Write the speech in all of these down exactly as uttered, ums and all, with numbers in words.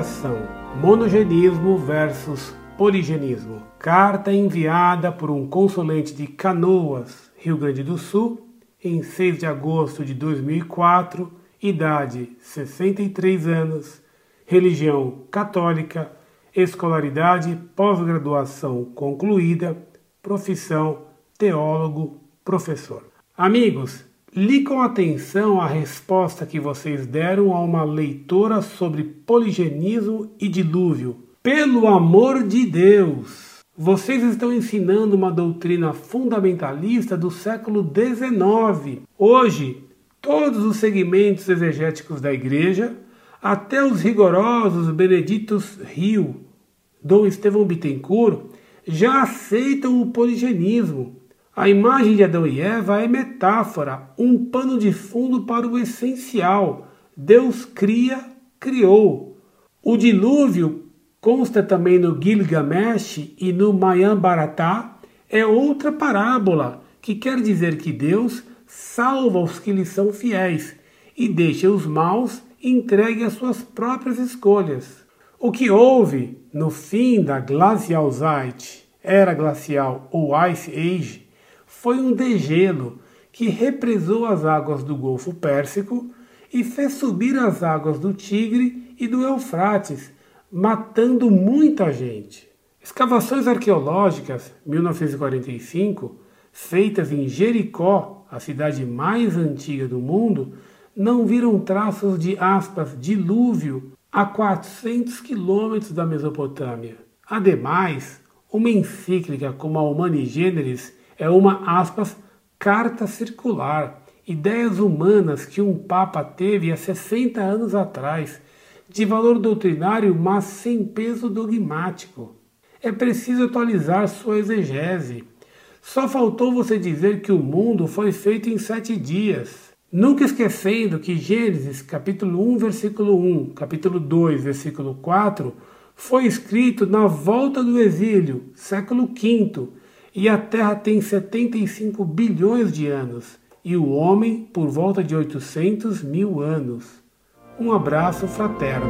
Coração, monogenismo versus poligenismo. Carta enviada por um consulente de Canoas, Rio Grande do Sul, em seis de agosto de dois mil e quatro, idade sessenta e três anos, religião católica, escolaridade pós-graduação concluída, profissão teólogo, professor. Amigos, li com atenção a resposta que vocês deram a uma leitora sobre poligenismo e dilúvio. Pelo amor de Deus! Vocês estão ensinando uma doutrina fundamentalista do século dezenove. Hoje, todos os segmentos exegéticos da Igreja, até os rigorosos Beneditos Rio, Dom Estevão Bittencourt, já aceitam o poligenismo. A imagem de Adão e Eva é metáfora, um pano de fundo para o essencial. Deus cria, criou. O dilúvio consta também no Gilgamesh e no Mahabharata, é outra parábola, que quer dizer que Deus salva os que lhe são fiéis e deixa os maus entregue às suas próprias escolhas. O que houve no fim da Glacialzeit, era glacial ou Ice Age, foi um degelo que represou as águas do Golfo Pérsico e fez subir as águas do Tigre e do Eufrates, matando muita gente. Escavações arqueológicas, mil novecentos e quarenta e cinco, feitas em Jericó, a cidade mais antiga do mundo, não viram traços de, aspas, dilúvio a quatrocentos quilômetros da Mesopotâmia. Ademais, uma encíclica como a Humani Generis é uma, aspas, carta circular, ideias humanas que um papa teve há sessenta anos atrás, de valor doutrinário, mas sem peso dogmático. É preciso atualizar sua exegese. Só faltou você dizer que o mundo foi feito em sete dias. Nunca esquecendo que Gênesis, capítulo um, versículo um, capítulo dois, versículo quatro, foi escrito na volta do exílio, século quinto, e a Terra tem setenta e cinco bilhões de anos, e o homem por volta de oitocentos mil anos. Um abraço fraterno.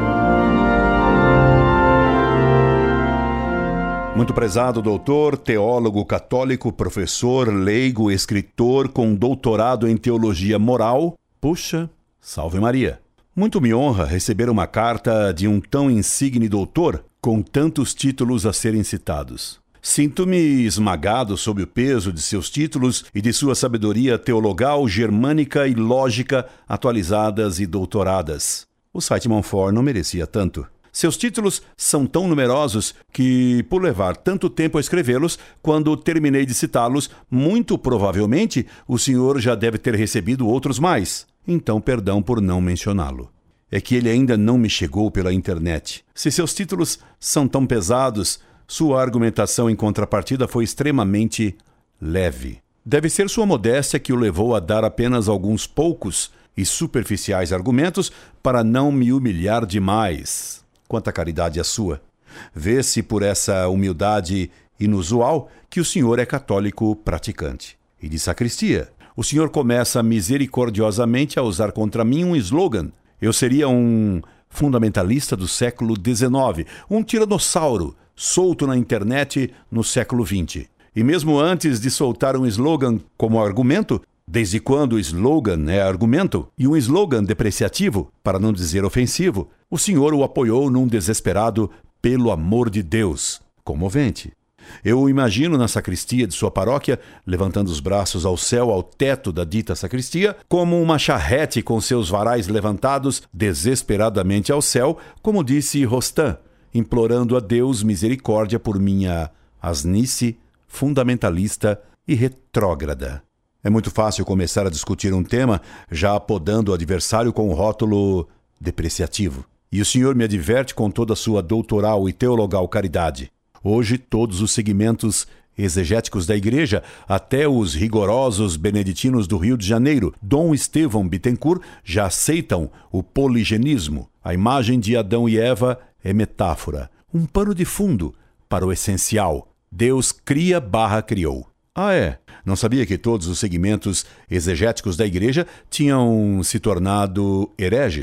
Muito prezado doutor, teólogo católico, professor, leigo, escritor com doutorado em teologia moral. Puxa, salve Maria. Muito me honra receber uma carta de um tão insigne doutor com tantos títulos a serem citados. Sinto-me esmagado sob o peso de seus títulos e de sua sabedoria teologal, germânica e lógica atualizadas e doutoradas. O site Monfort não merecia tanto. Seus títulos são tão numerosos que, por levar tanto tempo a escrevê-los, quando terminei de citá-los, muito provavelmente o senhor já deve ter recebido outros mais. Então, perdão por não mencioná-lo. É que ele ainda não me chegou pela internet. Se seus títulos são tão pesados, sua argumentação em contrapartida foi extremamente leve. Deve ser sua modéstia que o levou a dar apenas alguns poucos e superficiais argumentos para não me humilhar demais. Quanta caridade a sua! Vê-se por essa humildade inusual que o senhor é católico praticante. E de sacristia, o senhor começa misericordiosamente a usar contra mim um slogan. Eu seria um fundamentalista do século dezenove, um tiranossauro solto na internet no século vinte. E mesmo antes de soltar um slogan como argumento, desde quando o slogan é argumento, e um slogan depreciativo, para não dizer ofensivo, o senhor o apoiou num desesperado pelo amor de Deus, comovente. Eu o imagino na sacristia de sua paróquia, levantando os braços ao céu, ao teto da dita sacristia, como uma charrete com seus varais levantados desesperadamente ao céu, como disse Rostand, implorando a Deus misericórdia por minha asnice fundamentalista e retrógrada. É muito fácil começar a discutir um tema já apodando o adversário com o rótulo depreciativo. E o senhor me adverte com toda a sua doutoral e teologal caridade. Hoje, todos os segmentos exegéticos da Igreja, até os rigorosos beneditinos do Rio de Janeiro, Dom Estevão Bittencourt, já aceitam o poligenismo. A imagem de Adão e Eva é metáfora, um pano de fundo para o essencial. Deus cria barra criou. Ah, é? Não sabia que todos os segmentos exegéticos da Igreja tinham se tornado hereges.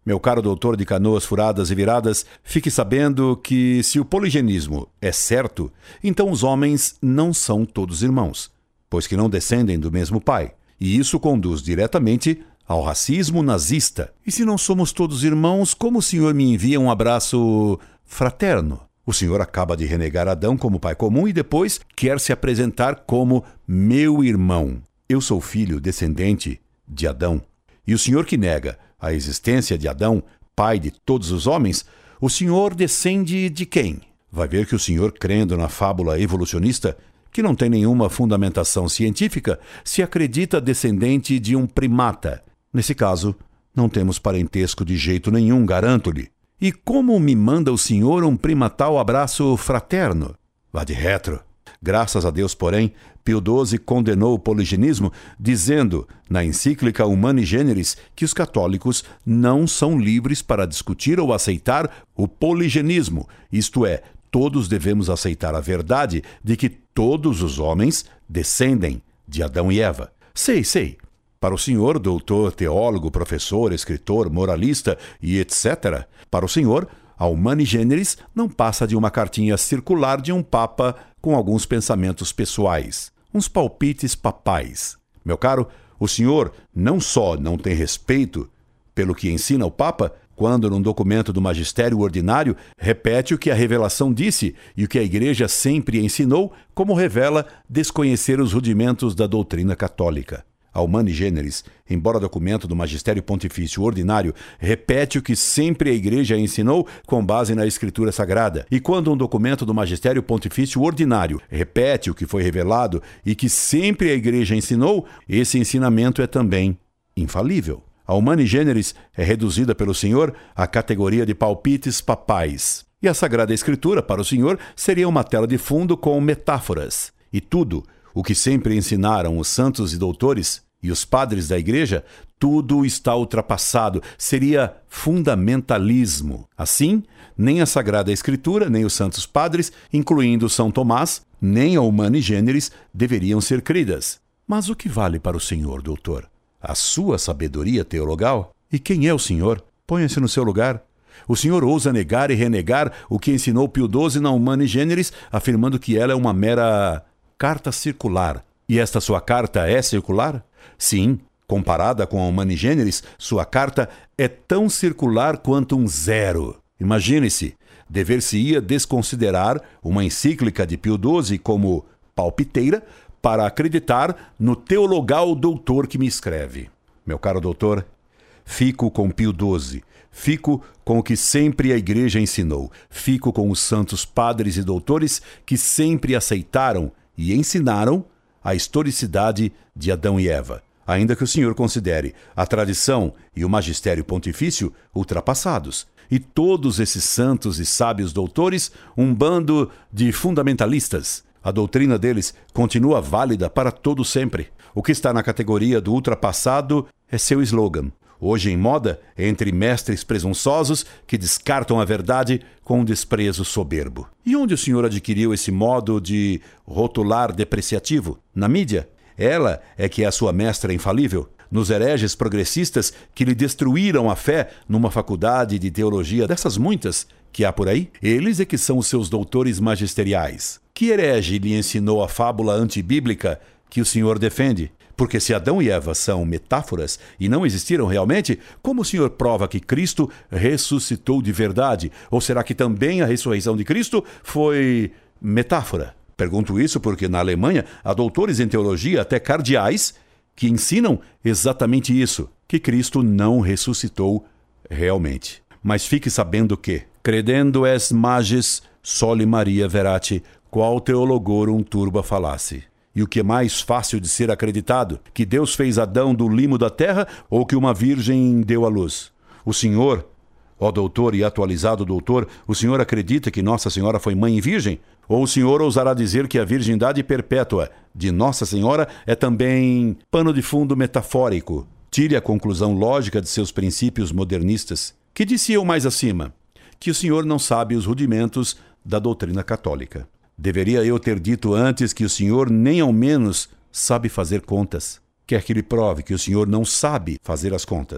Meu caro doutor de canoas furadas e viradas, fique sabendo que se o poligenismo é certo, então os homens não são todos irmãos, pois que não descendem do mesmo pai. E isso conduz diretamente ao racismo nazista. E se não somos todos irmãos, como o senhor me envia um abraço fraterno? O senhor acaba de renegar Adão como pai comum e depois quer se apresentar como meu irmão. Eu sou filho descendente de Adão. E o senhor que nega a existência de Adão, pai de todos os homens, o senhor descende de quem? Vai ver que o senhor, crendo na fábula evolucionista, que não tem nenhuma fundamentação científica, se acredita descendente de um primata. Nesse caso, não temos parentesco de jeito nenhum, garanto-lhe. E como me manda o senhor um primatal abraço fraterno? Vá de retro. Graças a Deus, porém, Pio doze condenou o poligenismo, dizendo, na encíclica Humani Generis, que os católicos não são livres para discutir ou aceitar o poligenismo, isto é, todos devemos aceitar a verdade de que todos os homens descendem de Adão e Eva. Sei, sei. Para o senhor, doutor, teólogo, professor, escritor, moralista e etcétera, para o senhor, a Humani Generis não passa de uma cartinha circular de um papa com alguns pensamentos pessoais, uns palpites papais. Meu caro, o senhor não só não tem respeito pelo que ensina o papa, quando num documento do magistério ordinário repete o que a revelação disse e o que a igreja sempre ensinou, como revela desconhecer os rudimentos da doutrina católica. A Humani Generis, embora documento do magistério pontifício ordinário, repete o que sempre a igreja ensinou com base na escritura sagrada. E quando um documento do magistério pontifício ordinário repete o que foi revelado e que sempre a igreja ensinou, esse ensinamento é também infalível. A Humani Generis é reduzida pelo senhor à categoria de palpites papais. E a Sagrada Escritura, para o senhor, seria uma tela de fundo com metáforas. E tudo o que sempre ensinaram os santos e doutores e os padres da igreja, tudo está ultrapassado, seria fundamentalismo. Assim, nem a Sagrada Escritura, nem os santos padres, incluindo São Tomás, nem a Humani Generis, deveriam ser cridas. Mas o que vale para o senhor, doutor? A sua sabedoria teologal? E quem é o senhor? Ponha-se no seu lugar. O senhor ousa negar e renegar o que ensinou Pio doze na Humani Generis, afirmando que ela é uma mera carta circular. E esta sua carta é circular? Sim, comparada com a Humani Generis, sua carta é tão circular quanto um zero. Imagine-se, dever-se-ia desconsiderar uma encíclica de Pio doze como palpiteira para acreditar no teologal doutor que me escreve. Meu caro doutor, fico com Pio doze, fico com o que sempre a igreja ensinou, fico com os santos padres e doutores que sempre aceitaram e ensinaram a historicidade de Adão e Eva, ainda que o senhor considere a tradição e o magistério pontifício ultrapassados, e todos esses santos e sábios doutores um bando de fundamentalistas. A doutrina deles continua válida para todo sempre. O que está na categoria do ultrapassado é seu slogan, hoje em moda entre mestres presunçosos que descartam a verdade com um desprezo soberbo. E onde o senhor adquiriu esse modo de rotular depreciativo? Na mídia? Ela é que é a sua mestra infalível? Nos hereges progressistas que lhe destruíram a fé numa faculdade de teologia dessas muitas que há por aí? Eles é que são os seus doutores magisteriais. Que herege lhe ensinou a fábula antibíblica que o senhor defende? Porque se Adão e Eva são metáforas e não existiram realmente, como o senhor prova que Cristo ressuscitou de verdade? Ou será que também a ressurreição de Cristo foi metáfora? Pergunto isso porque na Alemanha há doutores em teologia, até cardeais, que ensinam exatamente isso, que Cristo não ressuscitou realmente. Mas fique sabendo que, credendo es magis soli Maria verate, qual teologorum turba fallasse. E o que é mais fácil de ser acreditado? Que Deus fez Adão do limo da terra ou que uma virgem deu à luz? O senhor, ó doutor e atualizado doutor, o senhor acredita que Nossa Senhora foi mãe e virgem? Ou o senhor ousará dizer que a virgindade perpétua de Nossa Senhora é também pano de fundo metafórico? Tire a conclusão lógica de seus princípios modernistas. Que disse eu mais acima? Que o senhor não sabe os rudimentos da doutrina católica. Deveria eu ter dito antes que o senhor nem ao menos sabe fazer contas. Quer que lhe prove que o senhor não sabe fazer as contas?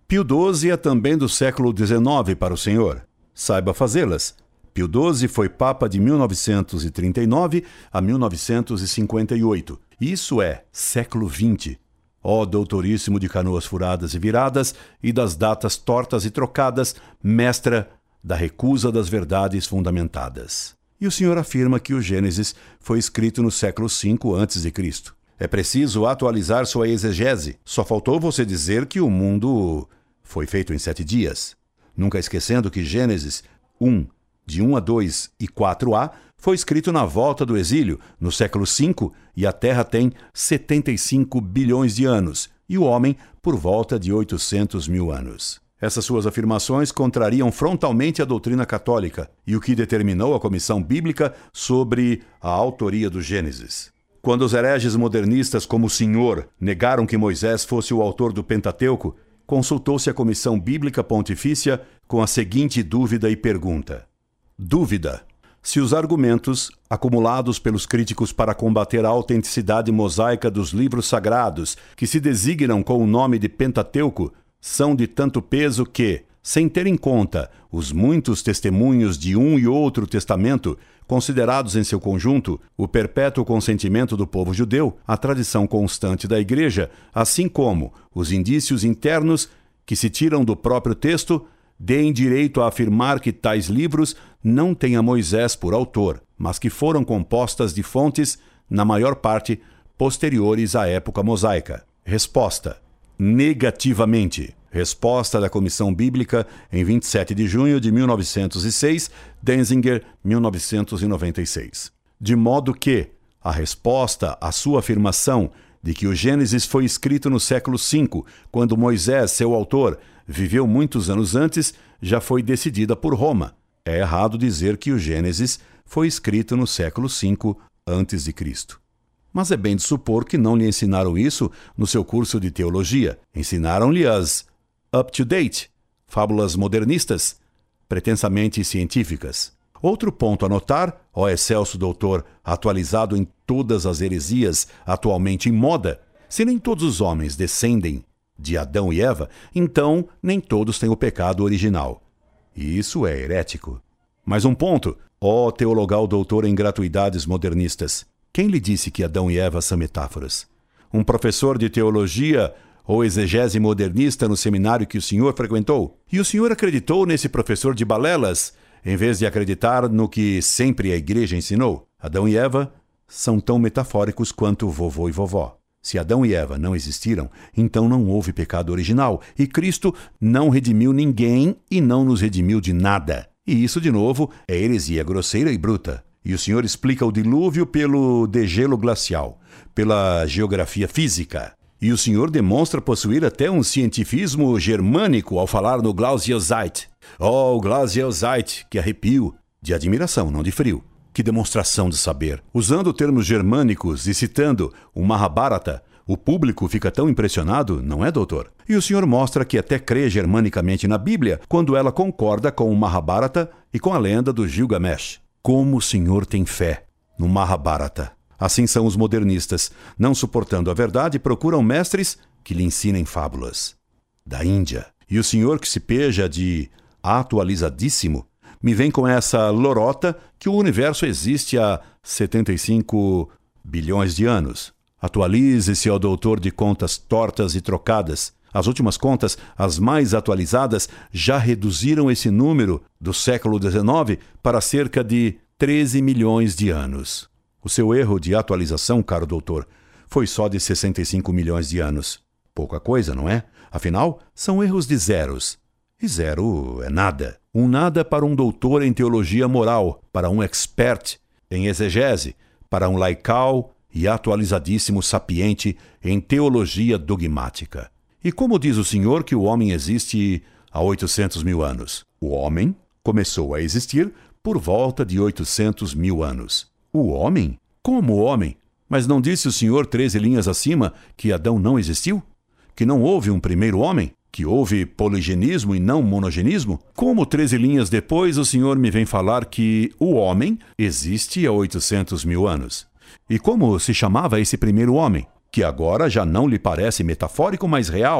Pio doze é também do século dezenove para o senhor. Saiba fazê-las. Pio doze foi Papa de mil novecentos e trinta e nove a mil novecentos e cinquenta e oito. Isso é, século vinte. Ó doutoríssimo de canoas furadas e viradas e das datas tortas e trocadas, mestra da recusa das verdades fundamentadas. E o senhor afirma que o Gênesis foi escrito no século cinco antes de Cristo. É preciso atualizar sua exegese. Só faltou você dizer que o mundo foi feito em sete dias. Nunca esquecendo que Gênesis um, de um a dois e quatro a, foi escrito na volta do exílio, no século cinco, e a Terra tem setenta e cinco bilhões de anos, e o homem por volta de oitocentos mil anos. Essas suas afirmações contrariam frontalmente a doutrina católica e o que determinou a Comissão Bíblica sobre a autoria do Gênesis. Quando os hereges modernistas como o senhor negaram que Moisés fosse o autor do Pentateuco, consultou-se a Comissão Bíblica Pontifícia com a seguinte dúvida e pergunta. Dúvida: se os argumentos, acumulados pelos críticos para combater a autenticidade mosaica dos livros sagrados, que se designam com o nome de Pentateuco, são de tanto peso que, sem ter em conta os muitos testemunhos de um e outro testamento, considerados em seu conjunto, o perpétuo consentimento do povo judeu, a tradição constante da Igreja, assim como os indícios internos que se tiram do próprio texto, deem direito a afirmar que tais livros não têm a Moisés por autor, mas que foram compostas de fontes, na maior parte, posteriores à época mosaica. Resposta: negativamente. Resposta da Comissão Bíblica em vinte e sete de junho de mil novecentos e seis, Denzinger, mil novecentos e noventa e seis. De modo que a resposta à sua afirmação de que o Gênesis foi escrito no século cinco, quando Moisés, seu autor, viveu muitos anos antes, já foi decidida por Roma. É errado dizer que o Gênesis foi escrito no século cinco antes de Cristo. Mas é bem de supor que não lhe ensinaram isso no seu curso de teologia. Ensinaram-lhe as up-to-date, fábulas modernistas, pretensamente científicas. Outro ponto a notar, ó excelso doutor, atualizado em todas as heresias atualmente em moda, se nem todos os homens descendem de Adão e Eva, então nem todos têm o pecado original. E isso é herético. Mais um ponto, ó teologal doutor em gratuidades modernistas. Quem lhe disse que Adão e Eva são metáforas? Um professor de teologia ou exegese modernista no seminário que o senhor frequentou? E o senhor acreditou nesse professor de balelas, em vez de acreditar no que sempre a igreja ensinou? Adão e Eva são tão metafóricos quanto vovô e vovó. Se Adão e Eva não existiram, então não houve pecado original, e Cristo não redimiu ninguém e não nos redimiu de nada. E isso, de novo, é heresia grosseira e bruta. E o senhor explica o dilúvio pelo degelo glacial, pela geografia física. E o senhor demonstra possuir até um cientifismo germânico ao falar no Glauciozeit. Oh, o Glauciozeit, que arrepio! De admiração, não de frio. Que demonstração de saber! Usando termos germânicos e citando o Mahabharata, o público fica tão impressionado, não é, doutor? E o senhor mostra que até crê germanicamente na Bíblia quando ela concorda com o Mahabharata e com a lenda do Gilgamesh. Como o senhor tem fé no Mahabharata? Assim são os modernistas. Não suportando a verdade, procuram mestres que lhe ensinem fábulas. Da Índia. E o senhor que se peja de atualizadíssimo, me vem com essa lorota que o universo existe há setenta e cinco bilhões de anos. Atualize-se ao doutor de contas tortas e trocadas. As últimas contas, as mais atualizadas, já reduziram esse número do século dezenove para cerca de treze milhões de anos. O seu erro de atualização, caro doutor, foi só de sessenta e cinco milhões de anos. Pouca coisa, não é? Afinal, são erros de zeros. E zero é nada. Um nada para um doutor em teologia moral, para um expert em exegese, para um laical e atualizadíssimo sapiente em teologia dogmática. E como diz o senhor que o homem existe há oitocentos mil anos? O homem começou a existir por volta de oitocentos mil anos. O homem? Como o homem? Mas não disse o senhor treze linhas acima que Adão não existiu? Que não houve um primeiro homem? Que houve poligenismo e não monogenismo? Como treze linhas depois o senhor me vem falar que o homem existe há oitocentos mil anos? E como se chamava esse primeiro homem? Que agora já não lhe parece metafórico, mas real.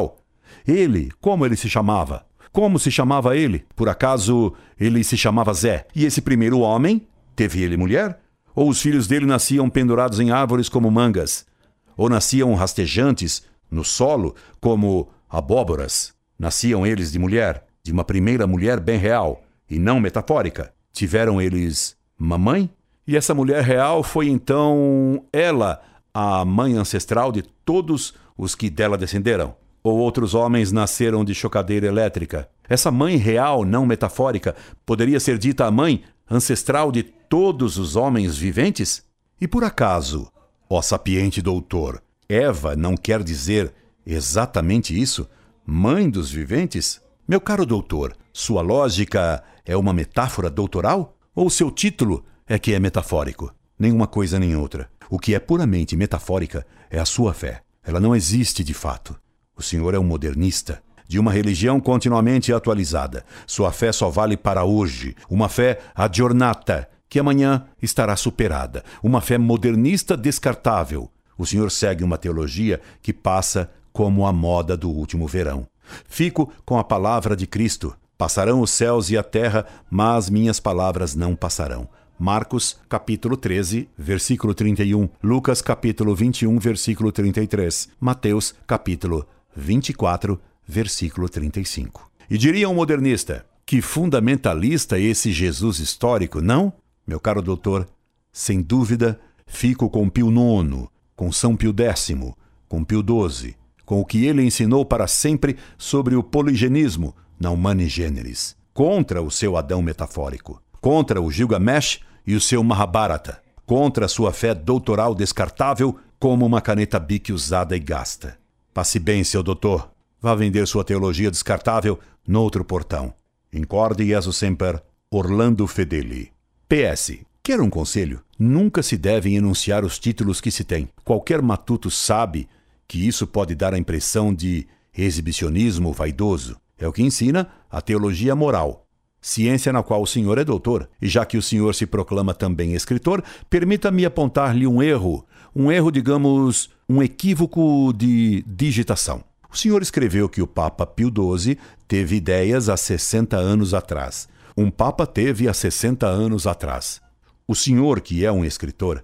Ele, como ele se chamava? Como se chamava ele? Por acaso ele se chamava Zé? E esse primeiro homem, teve ele mulher? Ou os filhos dele nasciam pendurados em árvores como mangas? Ou nasciam rastejantes no solo como abóboras? Nasciam eles de mulher, de uma primeira mulher bem real, e não metafórica. Tiveram eles mamãe? E essa mulher real foi então ela, a mãe ancestral de todos os que dela descenderam? Ou outros homens nasceram de chocadeira elétrica? Essa mãe real, não metafórica, poderia ser dita a mãe ancestral de todos os homens viventes? E por acaso, ó sapiente doutor, Eva não quer dizer exatamente isso? Mãe dos viventes? Meu caro doutor, sua lógica é uma metáfora doutoral? Ou seu título é que é metafórico? Nenhuma coisa nem outra. O que é puramente metafórica é a sua fé. Ela não existe de fato. O senhor é um modernista, de uma religião continuamente atualizada. Sua fé só vale para hoje. Uma fé aggiornata, que amanhã estará superada. Uma fé modernista descartável. O senhor segue uma teologia que passa como a moda do último verão. Fico com a palavra de Cristo. Passarão os céus e a terra, mas minhas palavras não passarão. Marcos, capítulo treze, versículo trinta e um. Lucas, capítulo vinte e um, versículo trinta e três. Mateus, capítulo vinte e quatro, versículo trinta e cinco. E diria um modernista, que fundamentalista esse Jesus histórico, não? Meu caro doutor, sem dúvida, fico com Pio nono, com São Pio décimo, com Pio doze, com o que ele ensinou para sempre sobre o poligenismo na Humani Generis, contra o seu Adão metafórico, contra o Gilgamesh e o seu Mahabharata, contra a sua fé doutoral descartável como uma caneta Bic usada e gasta. Passe bem, seu doutor. Vá vender sua teologia descartável noutro portão. Incorde Jesus Semper, Orlando Fedeli. P S. Quer um conselho? Nunca se devem enunciar os títulos que se tem. Qualquer matuto sabe que isso pode dar a impressão de exibicionismo vaidoso. É o que ensina a teologia moral, ciência na qual o senhor é doutor. E já que o senhor se proclama também escritor, permita-me apontar-lhe um erro, um erro, digamos, um equívoco de digitação. O senhor escreveu que o Papa Pio doze teve ideias há sessenta anos atrás. Um Papa teve há sessenta anos atrás. O senhor, que é um escritor,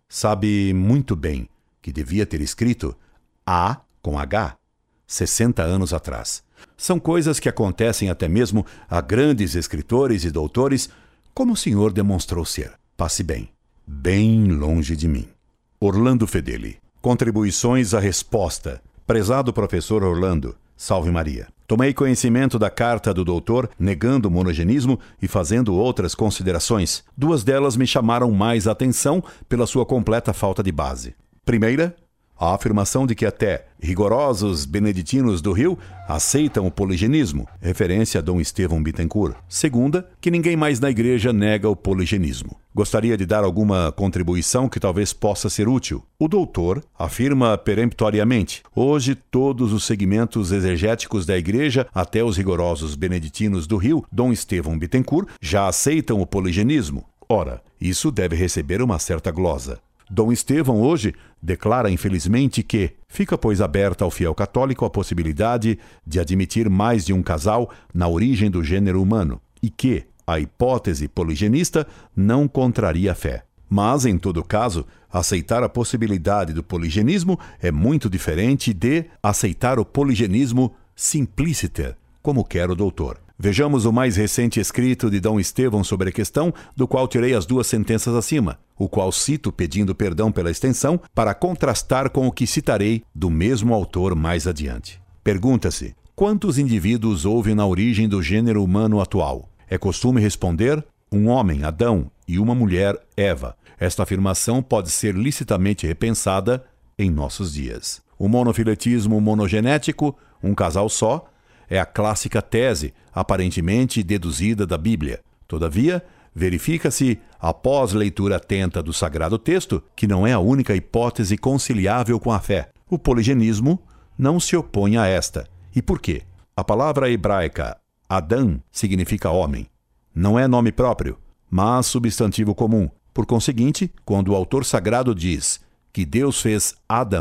sabe muito bem que devia ter escrito A com H, sessenta anos atrás. São coisas que acontecem até mesmo a grandes escritores e doutores, como o senhor demonstrou ser. Passe bem, bem longe de mim. Orlando Fedeli. Contribuições à resposta. Prezado professor Orlando, salve Maria. Tomei conhecimento da carta do doutor negando o monogenismo e fazendo outras considerações. Duas delas me chamaram mais atenção pela sua completa falta de base. Primeira, a afirmação de que até rigorosos beneditinos do Rio aceitam o poligenismo, referência a Dom Estevão Bittencourt. Segunda, que ninguém mais na igreja nega o poligenismo. Gostaria de dar alguma contribuição que talvez possa ser útil. O doutor afirma peremptoriamente: hoje todos os segmentos exegéticos da igreja, até os rigorosos beneditinos do Rio, Dom Estevão Bittencourt, já aceitam o poligenismo. Ora, isso deve receber uma certa glosa. Dom Estevão hoje declara infelizmente que fica, pois, aberta ao fiel católico a possibilidade de admitir mais de um casal na origem do gênero humano e que a hipótese poligenista não contraria a fé. Mas, em todo caso, aceitar a possibilidade do poligenismo é muito diferente de aceitar o poligenismo simpliciter, como quer o doutor. Vejamos o mais recente escrito de Dom Estevão sobre a questão, do qual tirei as duas sentenças acima, o qual cito pedindo perdão pela extensão, para contrastar com o que citarei do mesmo autor mais adiante. Pergunta-se: quantos indivíduos houve na origem do gênero humano atual? É costume responder: um homem, Adão, e uma mulher, Eva. Esta afirmação pode ser licitamente repensada em nossos dias. O monofiletismo monogenético, um casal só, é a clássica tese, aparentemente deduzida da Bíblia. Todavia, verifica-se, após leitura atenta do Sagrado Texto, que não é a única hipótese conciliável com a fé. O poligenismo não se opõe a esta. E por quê? A palavra hebraica Adão significa homem. Não é nome próprio, mas substantivo comum. Por conseguinte, quando o autor sagrado diz que Deus fez Adam,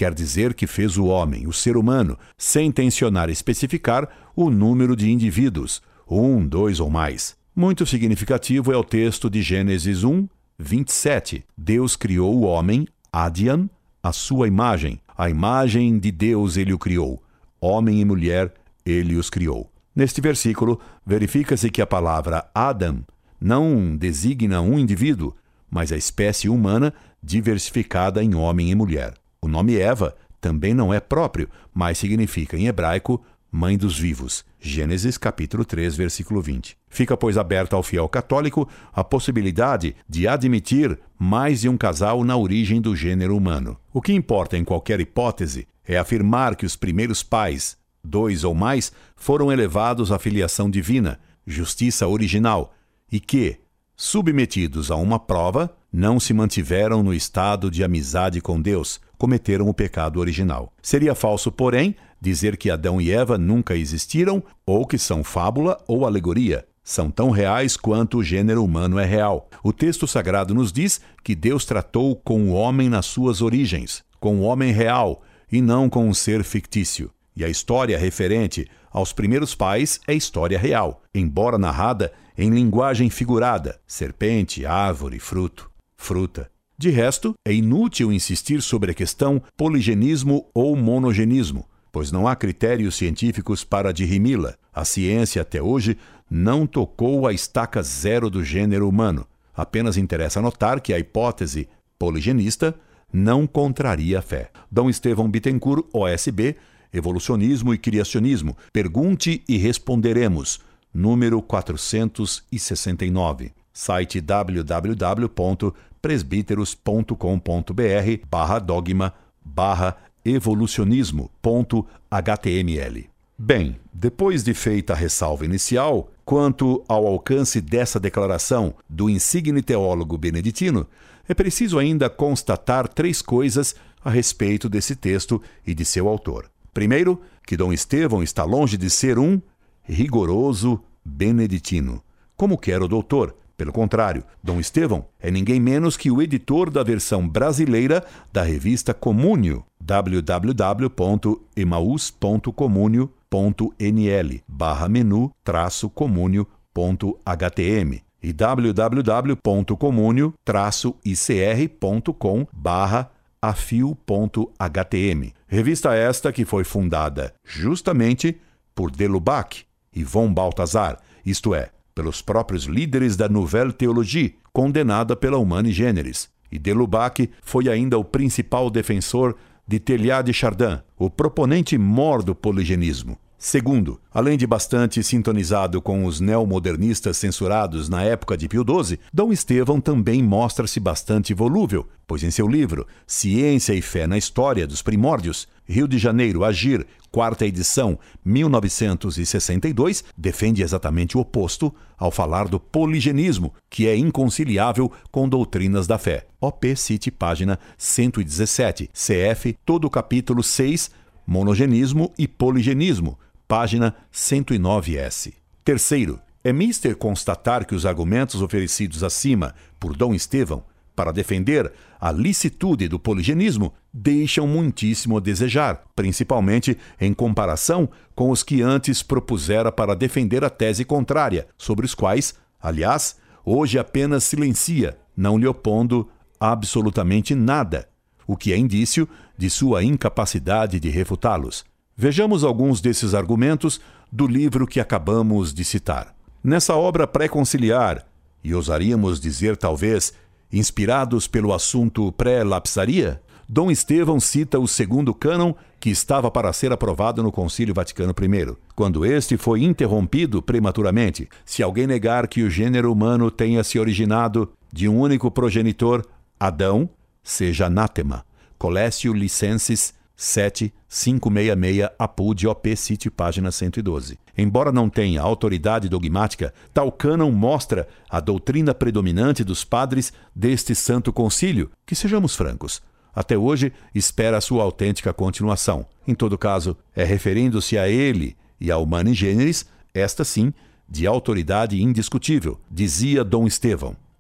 quer dizer que fez o homem, o ser humano, sem tencionar especificar o número de indivíduos, um, dois ou mais. Muito significativo é o texto de Gênesis um, vinte e sete. Deus criou o homem, Adian, à sua imagem. A imagem de Deus ele o criou. Homem e mulher ele os criou. Neste versículo, verifica-se que a palavra Adam não designa um indivíduo, mas a espécie humana diversificada em homem e mulher. O nome Eva também não é próprio, mas significa em hebraico mãe dos vivos. Gênesis capítulo três, versículo vinte. Fica, pois, aberta ao fiel católico a possibilidade de admitir mais de um casal na origem do gênero humano. O que importa em qualquer hipótese é afirmar que os primeiros pais, dois ou mais, foram elevados à filiação divina, justiça original, e que, submetidos a uma prova, não se mantiveram no estado de amizade com Deus, cometeram o pecado original. Seria falso, porém, dizer que Adão e Eva nunca existiram ou que são fábula ou alegoria. São tão reais quanto o gênero humano é real. O texto sagrado nos diz que Deus tratou com o homem nas suas origens, com o homem real e não com um ser fictício. E a história referente aos primeiros pais é história real, embora narrada em linguagem figurada, serpente, árvore, fruto, fruta. De resto, é inútil insistir sobre a questão poligenismo ou monogenismo, pois não há critérios científicos para dirimi-la. A ciência até hoje não tocou a estaca zero do gênero humano. Apenas interessa notar que a hipótese poligenista não contraria a fé. Dom Estevão Bittencourt, O S B, Evolucionismo e Criacionismo. Pergunte e responderemos. Número quatrocentos e sessenta e nove. Site w w w ponto presbíteros ponto com ponto b r barra dogma barra evolucionismo ponto h t m l. Bem, depois de feita a ressalva inicial, quanto ao alcance dessa declaração do insigne teólogo beneditino, é preciso ainda constatar três coisas a respeito desse texto e de seu autor. Primeiro, que Dom Estevão está longe de ser um rigoroso beneditino, como quer o doutor. Pelo contrário, Dom Estevão é ninguém menos que o editor da versão brasileira da revista Comúnio, w w w ponto emaús ponto comúnio ponto n l barra menu traço comúnio ponto h t m e w w w ponto comúnio traço i c r ponto com barra afio ponto h t m. Revista esta que foi fundada justamente por de Lubac e von Balthasar, isto é, pelos próprios líderes da Nouvelle Théologie, condenada pela Humani Generis. E de Lubac foi ainda o principal defensor de Teilhard de Chardin, o proponente mor do poligenismo. Segundo, além de bastante sintonizado com os neomodernistas censurados na época de Pio doze, Dom Estevão também mostra-se bastante volúvel, pois em seu livro Ciência e Fé na História dos Primórdios, Rio de Janeiro, Agir, quarta edição, mil novecentos e sessenta e dois, defende exatamente o oposto ao falar do poligenismo, que é inconciliável com doutrinas da fé. O P cite página cento e dezessete, C F, todo o capítulo seis, Monogenismo e Poligenismo, página cento e nove S. Terceiro, é mister constatar que os argumentos oferecidos acima por Dom Estevão para defender a licitude do poligenismo deixam muitíssimo a desejar, principalmente em comparação com os que antes propusera para defender a tese contrária, sobre os quais, aliás, hoje apenas silencia, não lhe opondo absolutamente nada, o que é indício de sua incapacidade de refutá-los. Vejamos alguns desses argumentos do livro que acabamos de citar. Nessa obra pré-conciliar, e ousaríamos dizer talvez inspirados pelo assunto pré-lapsaria, Dom Estevão cita o segundo cânon que estava para ser aprovado no Concílio Vaticano I, quando este foi interrompido prematuramente. Se alguém negar que o gênero humano tenha se originado de um único progenitor, Adão, seja anátema. Colécio Licensis sete, quinhentos e sessenta e seis, Apud O P Cite, página cento e doze. Embora não tenha autoridade dogmática, tal cânon mostra a doutrina predominante dos padres deste santo concílio, que, sejamos francos, até hoje espera a sua autêntica continuação. Em todo caso, é referindo-se a ele e ao Humani Generis, esta sim, de autoridade indiscutível, dizia Dom Estevão.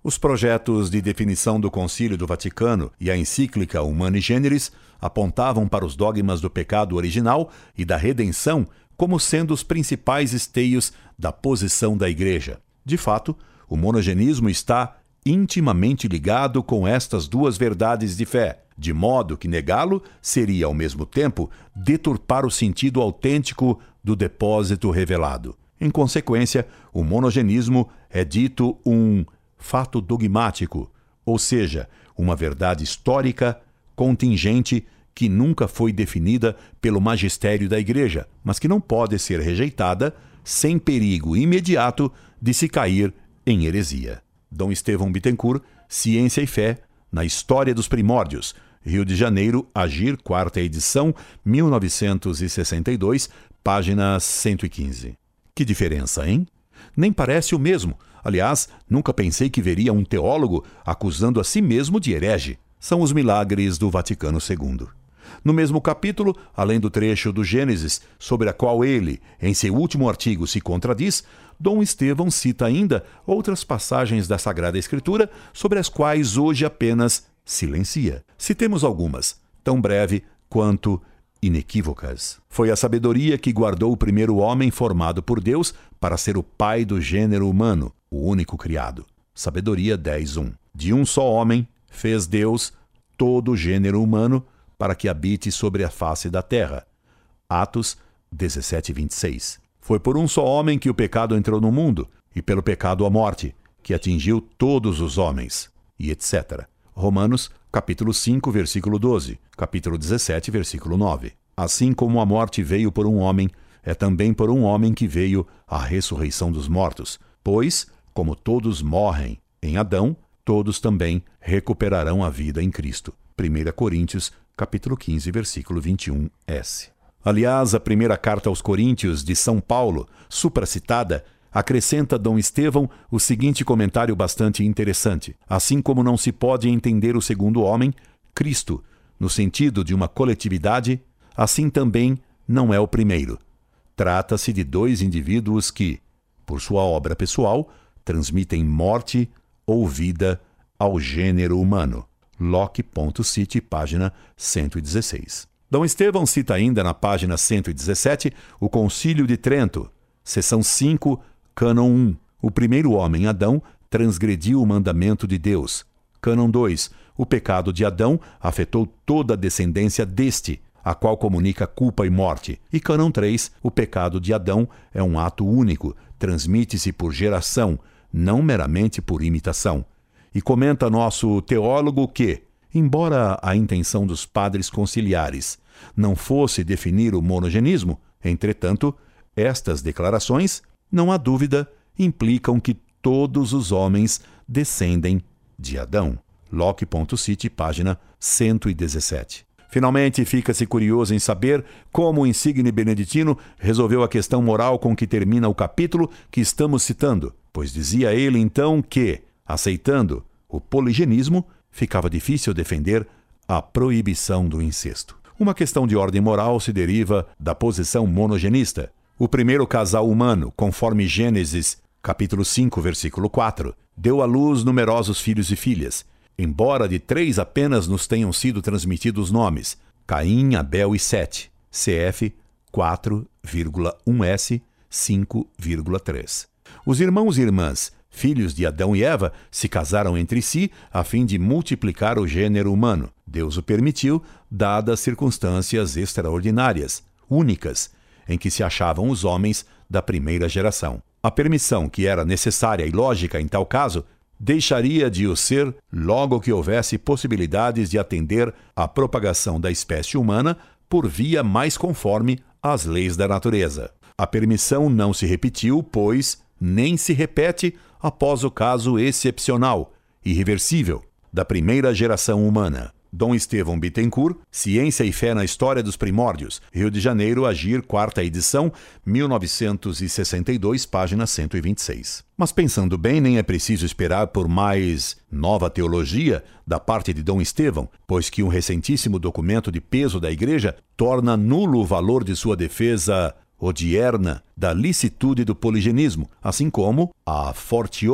Os projetos de definição do Concílio do Vaticano e a encíclica Humani Generis apontavam para os dogmas do pecado original e da redenção como sendo os principais esteios da posição da Igreja. De fato, o monogenismo está intimamente ligado com estas duas verdades de fé, de modo que negá-lo seria, ao mesmo tempo, deturpar o sentido autêntico do depósito revelado. Em consequência, o monogenismo é dito um fato dogmático, ou seja, uma verdade histórica, contingente, que nunca foi definida pelo magistério da Igreja, mas que não pode ser rejeitada sem perigo imediato de se cair em heresia. Dom Estevão Bittencourt, Ciência e Fé, na História dos Primórdios, Rio de Janeiro, Agir, quarta edição, mil novecentos e sessenta e dois, página cento e quinze. Que diferença, hein? Nem parece o mesmo. Aliás, nunca pensei que veria um teólogo acusando a si mesmo de herege. São os milagres do Vaticano segundo. No mesmo capítulo, além do trecho do Gênesis, sobre a qual ele, em seu último artigo, se contradiz, Dom Estevão cita ainda outras passagens da Sagrada Escritura sobre as quais hoje apenas silencia. Citemos algumas, tão breve quanto inequívocas. Foi a sabedoria que guardou o primeiro homem formado por Deus para ser o pai do gênero humano, o único criado. Sabedoria dez, um. De um só homem fez Deus todo o gênero humano para que habite sobre a face da terra. Atos dezessete, vinte e seis. Foi por um só homem que o pecado entrou no mundo, e pelo pecado a morte, que atingiu todos os homens, e etcétera. Romanos, capítulo cinco, versículo doze, capítulo dezessete, versículo nove. Assim como a morte veio por um homem, é também por um homem que veio a ressurreição dos mortos. Pois, como todos morrem em Adão, todos também recuperarão a vida em Cristo. primeira Coríntios, capítulo quinze, versículo vinte e um, S. Aliás, a primeira carta aos Coríntios de São Paulo, supracitada, acrescenta Dom Estevão o seguinte comentário bastante interessante. Assim como não se pode entender o segundo homem, Cristo, no sentido de uma coletividade, assim também não é o primeiro. Trata-se de dois indivíduos que, por sua obra pessoal, transmitem morte ou vida ao gênero humano. Locke.cite, página cento e dezesseis. Dom Estevão cita ainda na página cento e dezessete o Concílio de Trento, seção cinco, cânon um. O primeiro homem, Adão, transgrediu o mandamento de Deus. Cânon dois. O pecado de Adão afetou toda a descendência deste, a qual comunica culpa e morte. E cânon três. O pecado de Adão é um ato único, transmite-se por geração, não meramente por imitação. E comenta nosso teólogo que, embora a intenção dos padres conciliares não fosse definir o monogenismo, entretanto, estas declarações, não há dúvida, implicam que todos os homens descendem de Adão. Locke.cite, página cento e dezessete. Finalmente, fica-se curioso em saber como o insigne beneditino resolveu a questão moral com que termina o capítulo que estamos citando, pois dizia ele então que, aceitando o poligenismo, ficava difícil defender a proibição do incesto. Uma questão de ordem moral se deriva da posição monogenista. O primeiro casal humano, conforme Gênesis, capítulo cinco, versículo quatro, deu à luz numerosos filhos e filhas, embora de três apenas nos tenham sido transmitidos nomes: Caim, Abel e Sete, C F quatro vírgula um S cinco vírgula três. Os irmãos e irmãs, filhos de Adão e Eva, se casaram entre si a fim de multiplicar o gênero humano. Deus o permitiu, dadas circunstâncias extraordinárias, únicas, em que se achavam os homens da primeira geração. A permissão, que era necessária e lógica em tal caso, deixaria de o ser logo que houvesse possibilidades de atender à propagação da espécie humana por via mais conforme às leis da natureza. A permissão não se repetiu, pois nem se repete após o caso excepcional, irreversível, da primeira geração humana. Dom Estevão Bittencourt, Ciência e Fé na História dos Primórdios, Rio de Janeiro, Agir, quarta edição, mil novecentos e sessenta e dois, página cento e vinte e seis. Mas pensando bem, nem é preciso esperar por mais nova teologia da parte de Dom Estevão, pois que um recentíssimo documento de peso da Igreja torna nulo o valor de sua defesa odierna da licitude do poligenismo, assim como, a fortiori,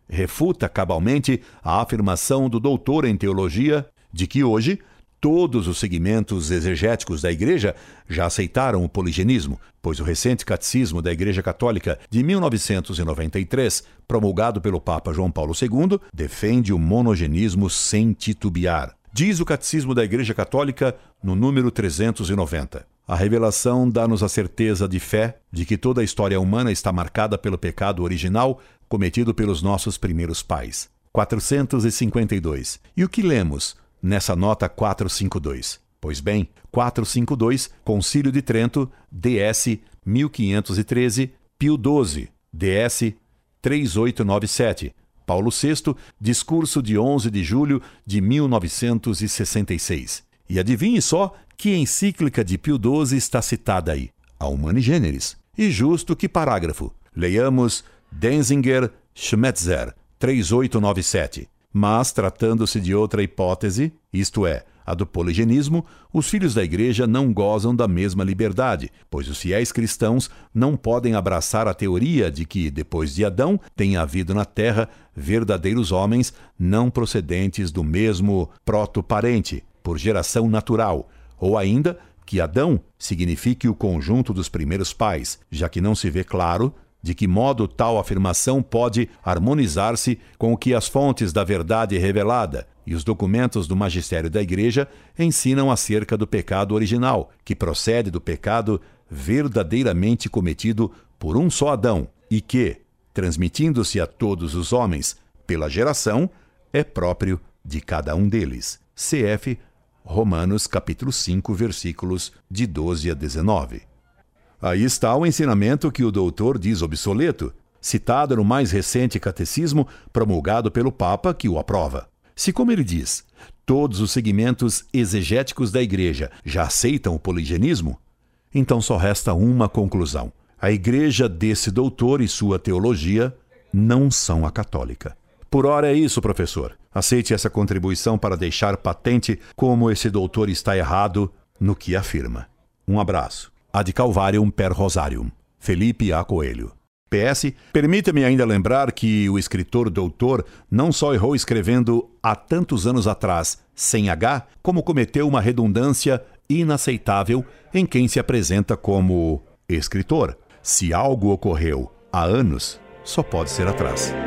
refuta cabalmente a afirmação do doutor em teologia de que hoje todos os segmentos exegéticos da Igreja já aceitaram o poligenismo, pois o recente Catecismo da Igreja Católica de mil novecentos e noventa e três, promulgado pelo Papa João Paulo segundo, defende o monogenismo sem titubear. Diz o Catecismo da Igreja Católica no número trezentos e noventa. A revelação dá-nos a certeza de fé de que toda a história humana está marcada pelo pecado original cometido pelos nossos primeiros pais. quatrocentos e cinquenta e dois. E o que lemos nessa nota quatrocentos e cinquenta e dois? Pois bem, quatrocentos e cinquenta e dois, Concílio de Trento, D S mil quinhentos e treze, Pio doze, D S três mil oitocentos e noventa e sete, Paulo sexto, discurso de onze de julho de mil novecentos e sessenta e seis. E adivinhe só que encíclica de Pio doze está citada aí, a Humani Generis. E justo que parágrafo. Leiamos Denzinger Schmetzer, três mil oitocentos e noventa e sete. Mas, tratando-se de outra hipótese, isto é, a do poligenismo, os filhos da Igreja não gozam da mesma liberdade, pois os fiéis cristãos não podem abraçar a teoria de que, depois de Adão, tenha havido na terra verdadeiros homens não procedentes do mesmo protoparente, por geração natural, ou ainda que Adão signifique o conjunto dos primeiros pais, já que não se vê claro de que modo tal afirmação pode harmonizar-se com o que as fontes da verdade revelada e os documentos do magistério da Igreja ensinam acerca do pecado original, que procede do pecado verdadeiramente cometido por um só Adão e que, transmitindo-se a todos os homens pela geração, é próprio de cada um deles. C F Romanos capítulo cinco, versículos de doze a dezenove. Aí está o ensinamento que o doutor diz obsoleto, citado no mais recente catecismo promulgado pelo Papa, que o aprova. Se, como ele diz, todos os segmentos exegéticos da Igreja já aceitam o poligenismo, então só resta uma conclusão. A Igreja desse doutor e sua teologia não são a católica. Por ora é isso, professor. Aceite essa contribuição para deixar patente como esse doutor está errado no que afirma. Um abraço. Ad Calvarium per Rosarium. Felipe A. Coelho. P S. Permita-me ainda lembrar que o escritor doutor não só errou escrevendo há tantos anos atrás, sem H, como cometeu uma redundância inaceitável em quem se apresenta como escritor. Se algo ocorreu há anos, só pode ser atrás.